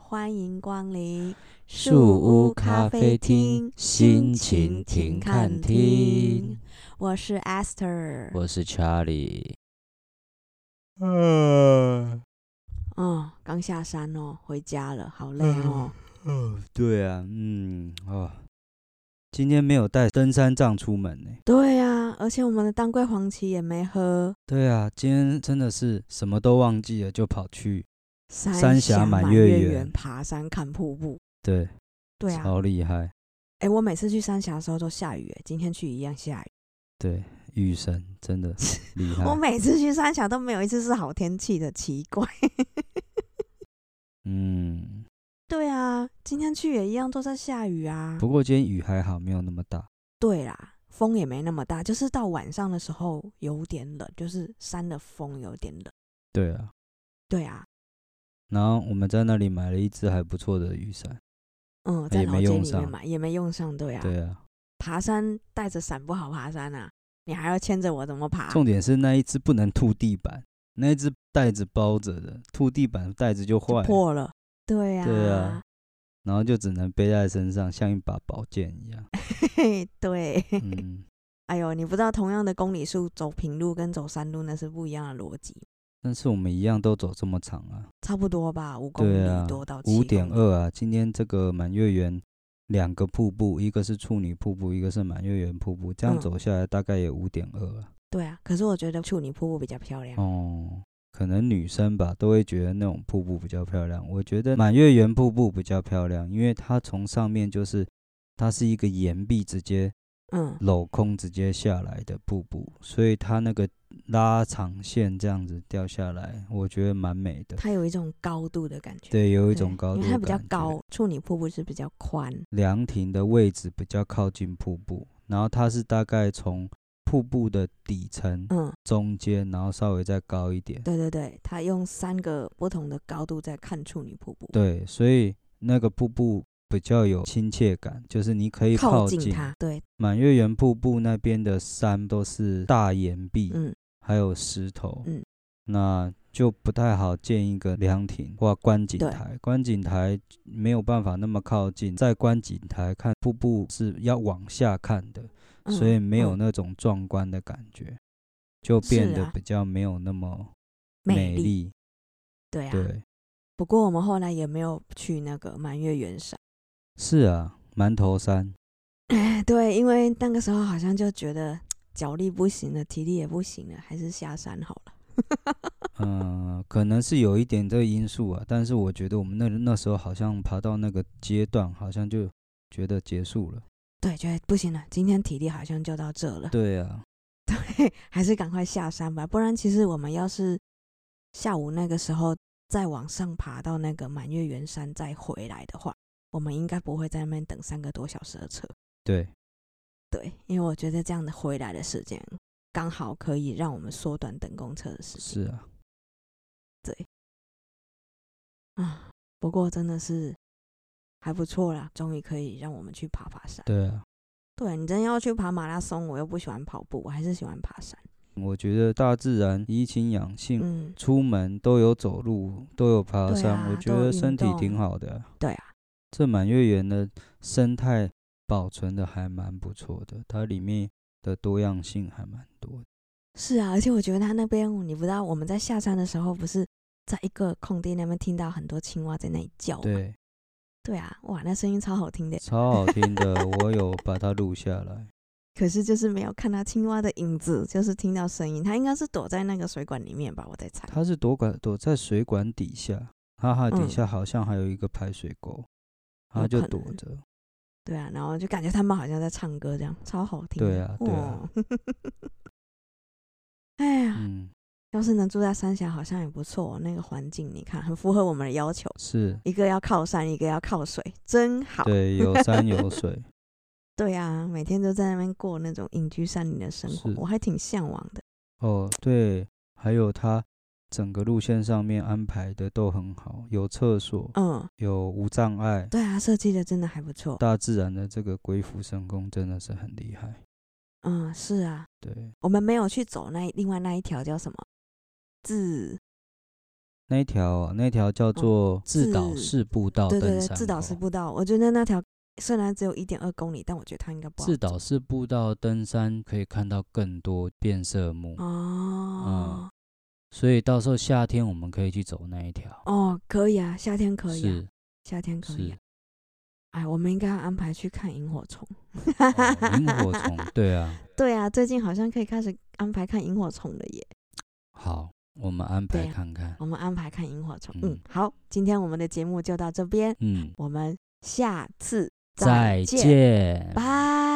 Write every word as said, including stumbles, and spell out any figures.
欢迎光临树屋咖啡厅，心情停看厅。 我是 Esther， 我是 Charlie。嗯， 嗯，刚下山哦，回家了，好累哦。 嗯，对啊，嗯，哦，今天没有带登山杖出门呢。 对啊，而且我们的当归黄芪也没喝。 对啊，今天真的是什么都忘记了，就跑去三峡满月圆爬山看瀑布。 对， 对啊， 超厉害。 哎，我每次去三峡的时候都下雨，今天去一样下雨。 对，雨神真的厉害。 我每次去三峡都没有一次是好天气的，奇怪。 嗯， 对啊，今天去也一样都在下雨啊。 不过今天雨还好，没有那么大。 对啦，风也没那么大，就是到晚上的时候有点冷，就是山的风有点冷。 对啊， 对啊， 然后我们在那里买了一只还不错的雨伞。 嗯，在也老街里面没用上买也没用上。对啊， 对啊， 爬山带着伞不好爬山啊，你还要牵着我怎么爬？ 重点是那一只不能吐地板，那一只袋子包着的，吐地板袋子就坏了， 就破了。对啊， 对啊，然后就只能背在身上，像一把宝剑一样。 嘿，对， 嗯， 哎呦，你不知道同样的公里数，走平路跟走山路那是不一样的逻辑。 但是我们一样都走这么长啊。 差不多吧，五公对啊， 里多到七公里。 五点二啊。今天这个满月圆两个瀑布，一个是处女瀑布，一个是满月圆瀑布，这样走下来大概也五点二啊。 对啊，可是我觉得处女瀑布比较漂亮。 哦，可能女生吧都会觉得那种瀑布比较漂亮。我觉得满月圆瀑布比较漂亮，因为它从上面就是它是一个岩壁直接嗯镂空直接下来的瀑布，所以它那个拉长线这样子掉下来，我觉得蛮美的。 它有一种高度的感觉。 对，有一种高度的感觉。 因为它比较高，处女瀑布是比较宽。 凉亭的位置比较靠近瀑布，然后它是大概从瀑布的底层、 嗯， 中间，然后稍微再高一点。 对对对，它用三个不同的高度在看处女瀑布。 对，所以那个瀑布比较有亲切感，就是你可以靠靠近近它。对， 满月圆瀑布那边的山都是大岩壁， 嗯还有石头， 嗯， 那就不太好建一个凉亭或观景台。观景台没有办法那么靠近，在观景台看瀑布是要往下看的， 嗯所以没有嗯那种壮观的感觉，就变是啊得比较没有那么美丽。 美丽。 对啊， 对， 不过我们后来也没有去那个满月圆山。 是啊，馒头山。 哎，对，因为那个时候好像就觉得脚力不行了，体力也不行了，还是下山好了。 嗯、呃，可能是有一点这个因素啊，但是我觉得我们那那时候好像爬到那个阶段，好像就觉得结束了。 对，觉得不行了，今天体力好像就到这了。 对啊， 对，还是赶快下山吧，不然其实我们要是下午那个时候再往上爬到那个满月圆山再回来的话，我们应该不会在那边等三个多小时的车。 对， 对，因为我觉得这样的回来的时间刚好可以让我们缩短等公车的时间。 是啊， 对，啊，不过真的是还不错啦，终于可以让我们去爬爬山。 对啊。 对，你真要去爬马拉松，我又不喜欢跑步，我还是喜欢爬山。 我觉得大自然怡情养性， 嗯， 出门都有走路，都有爬山， 啊、 我觉得身体挺好的、啊。 对啊， 这满月圆的生态保存的还蛮不错的，它里面的多样性还蛮多的。 是啊，而且我觉得它那边，你不知道我们在下山的时候，不是在一个空地那边听到很多青蛙在那里叫吗？ 对， 对啊，哇，那声音超好听的， 超好听的，我有把它录下来。 可是就是没有看到青蛙的影子，就是听到声音，它应该是躲在那个水管里面吧，我在猜。 它是躲管躲在水管底下，它它底下嗯好像还有一个排水沟，它就躲着。 对啊，然后就感觉他们好像在唱歌，这样超好听的。 对啊，对啊。 哎呀， 嗯， 要是能住在三峡，好像也不错、哦。那个环境你看，很符合我们的要求。 是一个要靠山，一个要靠水，真好。 对，有山有水。 对啊，每天都在那边过那种隐居山林的生活，我还挺向往的。 哦，对，还有它整个路线上面安排的都很好，有厕所， 嗯， 有无障碍。 对啊，设计的真的还不错。 大自然的这个鬼斧神工真的是很厉害。 嗯，是啊。 对， 我们没有去走那另外那一条叫什么自那一条那条叫做自导式步道登山口、 对对对，自导式步道，我觉得那条虽然只有 一点二公里，但我觉得它应该不好走。 自导式步道登山可以看到更多变色木哦、 嗯，所以到时候夏天我们可以去走那一条。 哦，可以啊，夏天可以啊， 是夏天可以、啊。 是哎，我们应该要安排去看萤火虫。 哦，萤火虫，对啊， 对啊，最近好像可以开始安排看萤火虫了耶。 好，我们安排看看。 啊、我们安排看萤火虫。 嗯, 嗯，好，今天我们的节目就到这边。 嗯， 我们下次再见， 见， 拜。